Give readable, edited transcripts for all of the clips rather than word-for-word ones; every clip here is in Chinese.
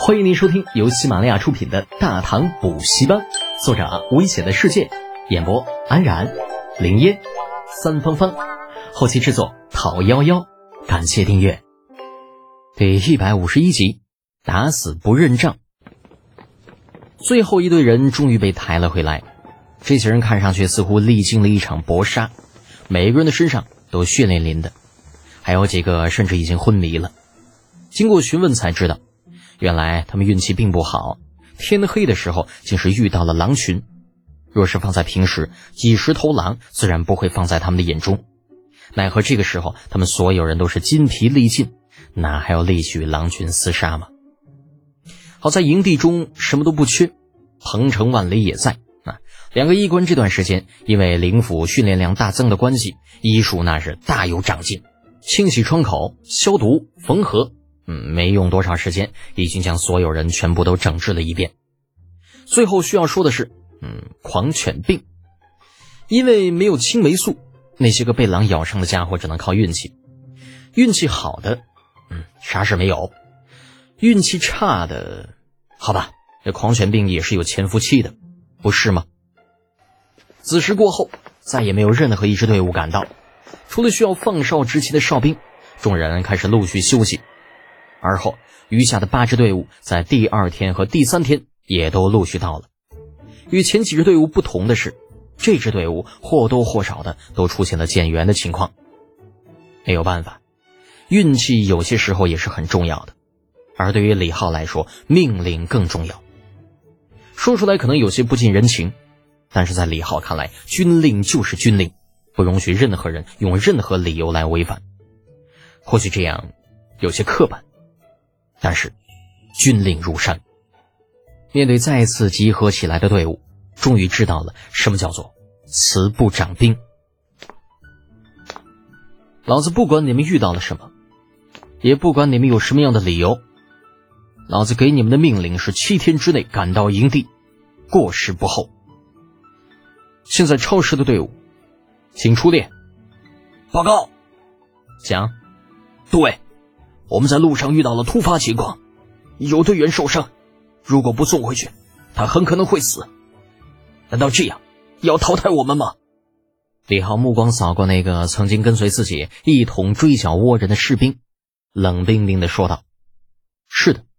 欢迎您收听由喜马拉雅出品的《大唐补习班》，作者危险的世界，演播安然、林烟、三芳芳，后期制作讨幺幺，感谢订阅。第151集，打死不认账。最后一队人终于被抬了回来，这些人看上去似乎历经了一场搏杀，每个人的身上都血淋淋的，还有几个甚至已经昏迷了。经过询问才知道，原来他们运气并不好，天黑的时候竟是遇到了狼群。若是放在平时，几十头狼自然不会放在他们的眼中，奈何这个时候他们所有人都是筋疲力尽，哪还有力气与狼群厮杀嘛？好在营地中什么都不缺，鹏程万里也在两个医官这段时间因为灵府训练量大增的关系，医术那是大有长进，清洗创口、消毒、缝合，没用多少时间，已经将所有人全部都整治了一遍。最后需要说的是狂犬病。因为没有青霉素，那些个被狼咬伤的家伙只能靠运气。运气好的啥事没有，运气差的好吧，这狂犬病也是有潜伏期的，不是吗？子时过后，再也没有任何一支队伍赶到，除了需要放哨执勤的哨兵，众人开始陆续休息。而后余下的8支队伍在第2天和第3天也都陆续到了。与前几支队伍不同的是，这支队伍或多或少的都出现了减员的情况。没有办法，运气有些时候也是很重要的，而对于李浩来说，命令更重要。说出来可能有些不近人情，但是在李浩看来，军令就是军令，不容许任何人用任何理由来违反。或许这样有些刻板，但是军令如山。面对再次集合起来的队伍，终于知道了什么叫做慈不掌兵。老子不管你们遇到了什么，也不管你们有什么样的理由，老子给你们的命令是7天之内赶到营地，过时不候。现在超时的队伍请出列。 报告。 讲。 对，我们在路上遇到了突发情况，有队员受伤，如果不送回去，他很可能会死。难道这样要淘汰我们吗？ 李浩目光扫过那个曾经跟随自己一同追剿倭人的士兵，冷冰冰地说道：是的。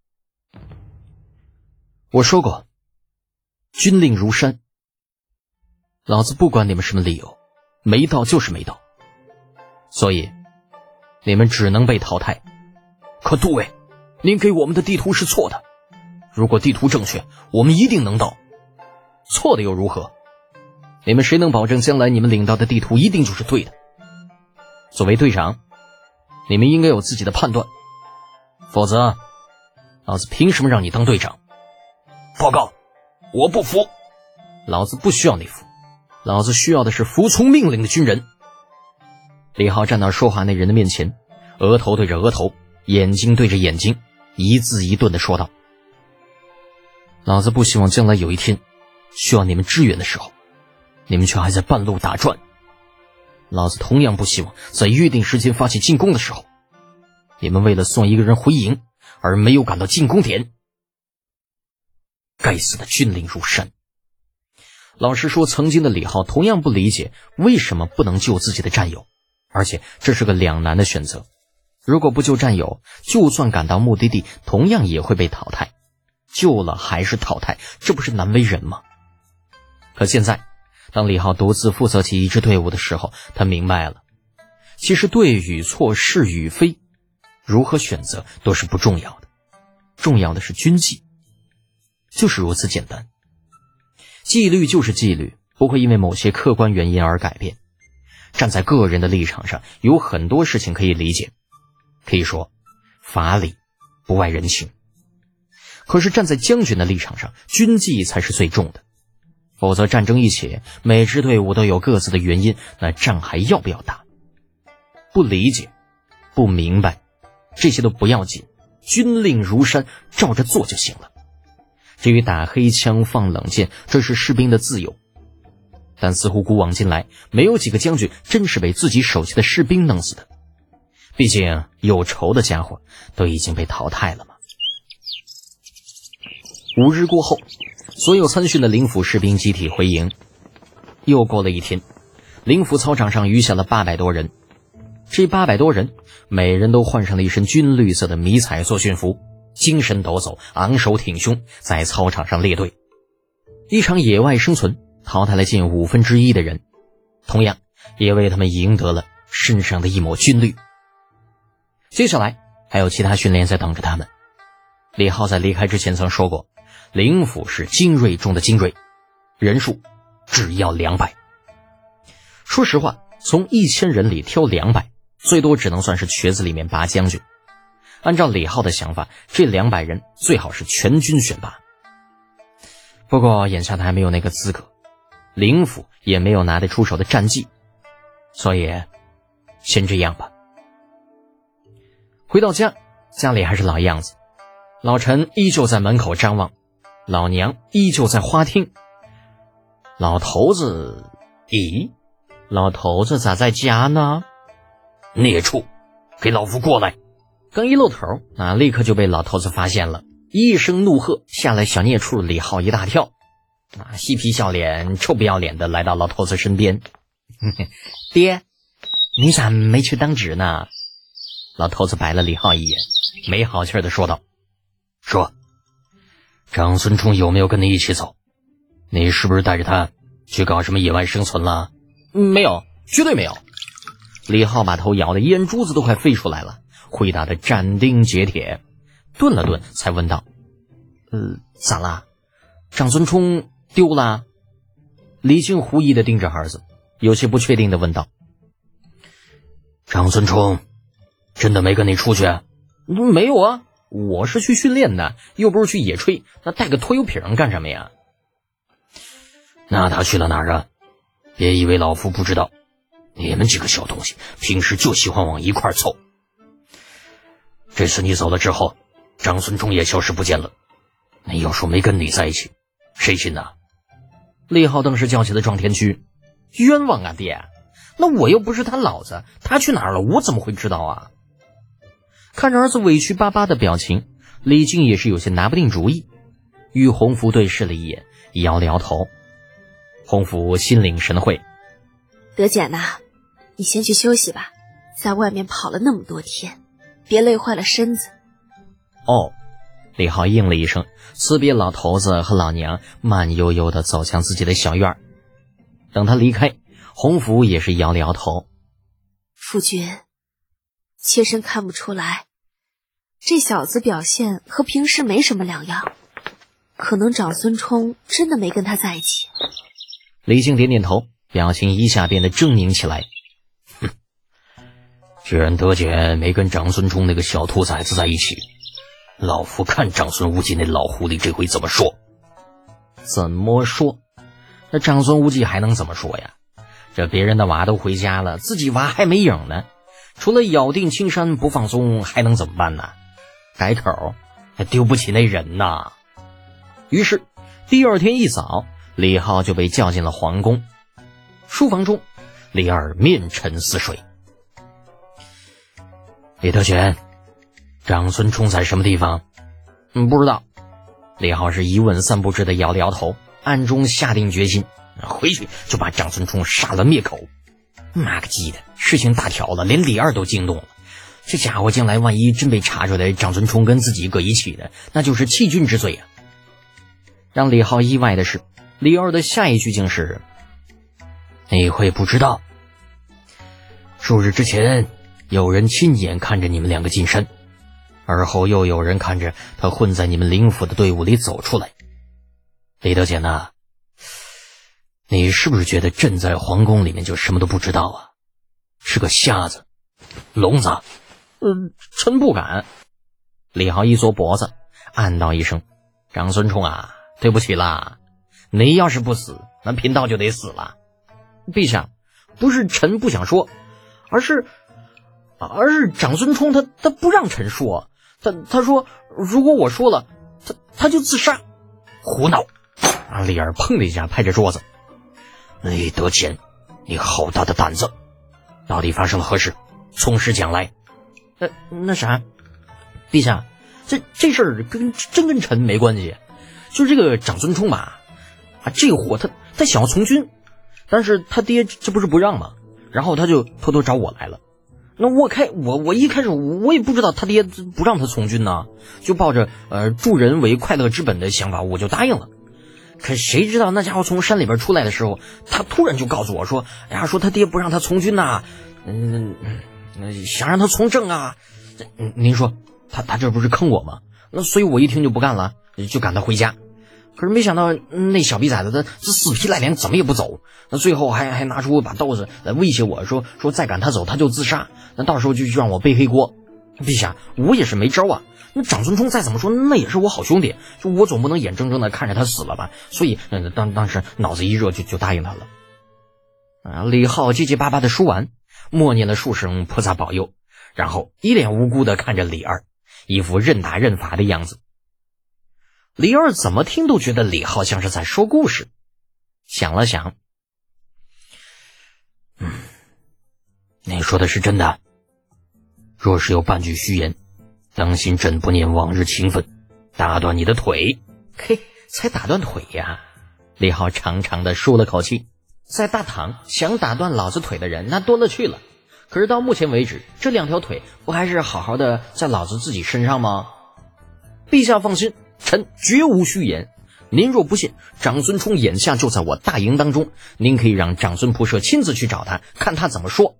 我说过，军令如山，老子不管你们什么理由，没到就是没到，所以你们只能被淘汰。 可杜伟，您给我们的地图是错的，如果地图正确，我们一定能到。 错的又如何？你们谁能保证将来你们领到的地图一定就是对的？作为队长，你们应该有自己的判断，否则老子凭什么让你当队长？ 报告，我不服。 老子不需要你服，老子需要的是服从命令的军人。李浩站到说话那人的面前，额头对着额头，眼睛对着眼睛，一字一顿地说道：老子不希望将来有一天需要你们支援的时候，你们却还在半路打转。老子同样不希望在约定时间发起进攻的时候，你们为了送一个人回营而没有赶到进攻点。该死的军令如山。老实说，曾经的李浩同样不理解为什么不能救自己的战友，而且这是个两难的选择。如果不救战友，就算赶到目的地，同样也会被淘汰。救了还是淘汰，这不是难为人吗？可现在，当李浩独自负责起一支队伍的时候，他明白了，其实对与错、是与非，如何选择都是不重要的，重要的是军纪，就是如此简单。纪律就是纪律，不会因为某些客观原因而改变。站在个人的立场上，有很多事情可以理解，可以说法理不外人情。可是站在将军的立场上，军纪才是最重的。否则战争一起，每支队伍都有各自的原因，那仗还要不要打？不理解，不明白，这些都不要紧，军令如山，照着做就行了。至于打黑枪放冷箭，这是士兵的自由。但似乎古往今来，没有几个将军真是被自己手下的士兵弄死的。毕竟有仇的家伙都已经被淘汰了嘛。 5日过后，所有参训的灵府士兵集体回营。又过了一天，灵府操场上余下了800多人。这800多人每人都换上了一身军绿色的迷彩作训服，精神抖擞，昂首挺胸，在操场上列队。一场野外生存淘汰了近1/5的人，同样也为他们赢得了身上的一抹军绿。接下来还有其他训练在等着他们。李浩在离开之前曾说过，灵府是精锐中的精锐，人数只要200。说实话，从1000人里挑200，最多只能算是瘸子里面拔将军。按照李浩的想法，这200人最好是全军选拔。不过眼下他还没有那个资格，灵府也没有拿得出手的战绩，所以先这样吧。回到家，家里还是老样子，老陈依旧在门口张望，老娘依旧在花厅。老头子，咦，老头子咋在家呢？ 孽畜，给老夫过来！ 刚一露头，立刻就被老头子发现了，一声怒喝，吓了小孽畜李浩一大跳。嬉皮笑脸、臭不要脸的来到老头子身边。爹，你咋没去当值呢？老头子白了李浩一眼，没好气的说道： 说，长孙冲有没有跟你一起走？你是不是带着他去搞什么野外生存了？ 没有，绝对没有。李浩把头摇得眼珠子都快飞出来了，回答的斩钉截铁，顿了顿才问道：咋啦？长孙冲丢了？李靖狐疑的盯着儿子，有些不确定的问道： 长孙冲真的没跟你出去？ 没有啊，我是去训练的，又不是去野炊，那带个拖油瓶干什么呀？ 那他去了哪儿啊？别以为老夫不知道，你们几个小东西平时就喜欢往一块凑。这次你走了之后，长孙冲也消失不见了。你要说没跟你在一起，谁信呢？ 李浩当时叫起了撞天区，冤枉啊爹，那我又不是他老子，他去哪儿了我怎么会知道啊？看着儿子委屈巴巴的表情，李靖也是有些拿不定主意，与洪福对视了一眼，摇了摇头。洪福心领神会： 德简呐，你先去休息吧，在外面跑了那么多天，别累坏了身子。 哦，李浩应了一声，辞别老头子和老娘，慢悠悠地走向自己的小院。等他离开，洪福也是摇了摇头： 夫君，妾身看不出来，这小子表现和平时没什么两样，可能长孙冲真的没跟他在一起。 李靖点点头，表情一下变得狰狞起来： 既然德简没跟长孙冲那个小兔崽子在一起，老夫看长孙无忌那老狐狸这回怎么说。 怎么说？那长孙无忌还能怎么说呀？这别人的娃都回家了，自己娃还没影呢，除了咬定青山不放松还能怎么办呢？改口还丢不起那人呐。于是第二天一早，李浩就被叫进了皇宫。书房中，李二面沉似水。 李德全，长孙冲在什么地方？ 不知道。李浩是一问三不知的摇了摇头，暗中下定决心，回去就把长孙冲杀了灭口。妈个鸡的，事情大条了，连李二都惊动了。这家伙将来万一真被查出来长孙冲跟自己搁一起的，那就是弃军之罪啊。让李浩意外的是，李二的下一句竟是： 你会不知道，数日之前有人亲眼看着你们两个进山，而后又有人看着他混在你们灵府的队伍里走出来。李德简呐，你是不是觉得朕在皇宫里面就什么都不知道啊？是个瞎子，聋子？ 臣不敢。李浩一缩脖子，暗道一声：长孙冲啊，对不起啦，你要是不死，那贫道就得死了。陛下，不是臣不想说，而是长孙冲他不让臣说，他说如果我说了，他就自杀。 胡闹！ 李二砰的一下拍着桌子： 李德简，你好大的胆子！到底发生了何事？从实讲来。 那啥，陛下，这事儿跟臣没关系。 就是这个长孙冲吧，这个货他想要从军，但是他爹这不是不让吗？然后他就偷偷找我来了。那我一开始我也不知道他爹不让他从军呢，就抱着助人为快乐之本的想法，我就答应了。可谁知道那家伙从山里边出来的时候，他突然就告诉我说，说他爹不让他从军呐，想让他从政啊。您说他这不是坑我吗？那所以我一听就不干了，就赶他回家。可是没想到那小逼崽子他死皮赖脸怎么也不走，那最后还拿出把刀子来威胁我说再赶他走他就自杀，那到时候就让我背黑锅。陛下，我也是没招啊，那长孙冲再怎么说那也是我好兄弟，就我总不能眼睁睁的看着他死了吧，所以当时脑子一热就答应他了。李浩结结巴巴的说完，默念了数声菩萨保佑，然后一脸无辜的看着李二，一副认打认罚的样子。李二怎么听都觉得李浩像是在说故事，想了想，你说的是真的，若是有半句虚言，当心朕不念往日情分，打断你的腿。嘿，才打断腿呀！李浩长长的舒了口气，在大唐想打断老子腿的人那多了去了，可是到目前为止，这2条腿不还是好好的在老子自己身上吗？陛下放心，臣绝无虚言。您若不信，长孙冲眼下就在我大营当中，您可以让长孙仆射亲自去找他，看他怎么说。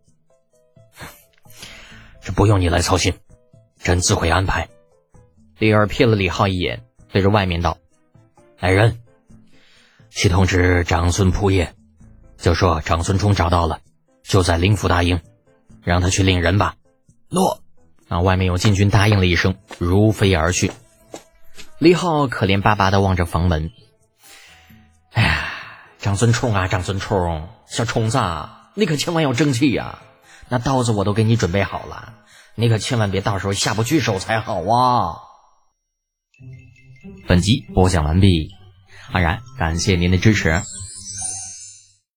这不用你来操心，朕自会安排。李二瞥了李浩一眼，对着外面道：来人，去通知长孙仆射，就说长孙冲找到了，就在灵府大营，让他去领人吧。诺。外面有禁军答应了一声，如飞而去。李浩可怜巴巴地望着房门，长孙冲啊，长孙冲，小冲子，你可千万要争气呀！那刀子我都给你准备好了，你可千万别到时候下不去手才好啊！ 本集播讲完毕，安然感谢您的支持。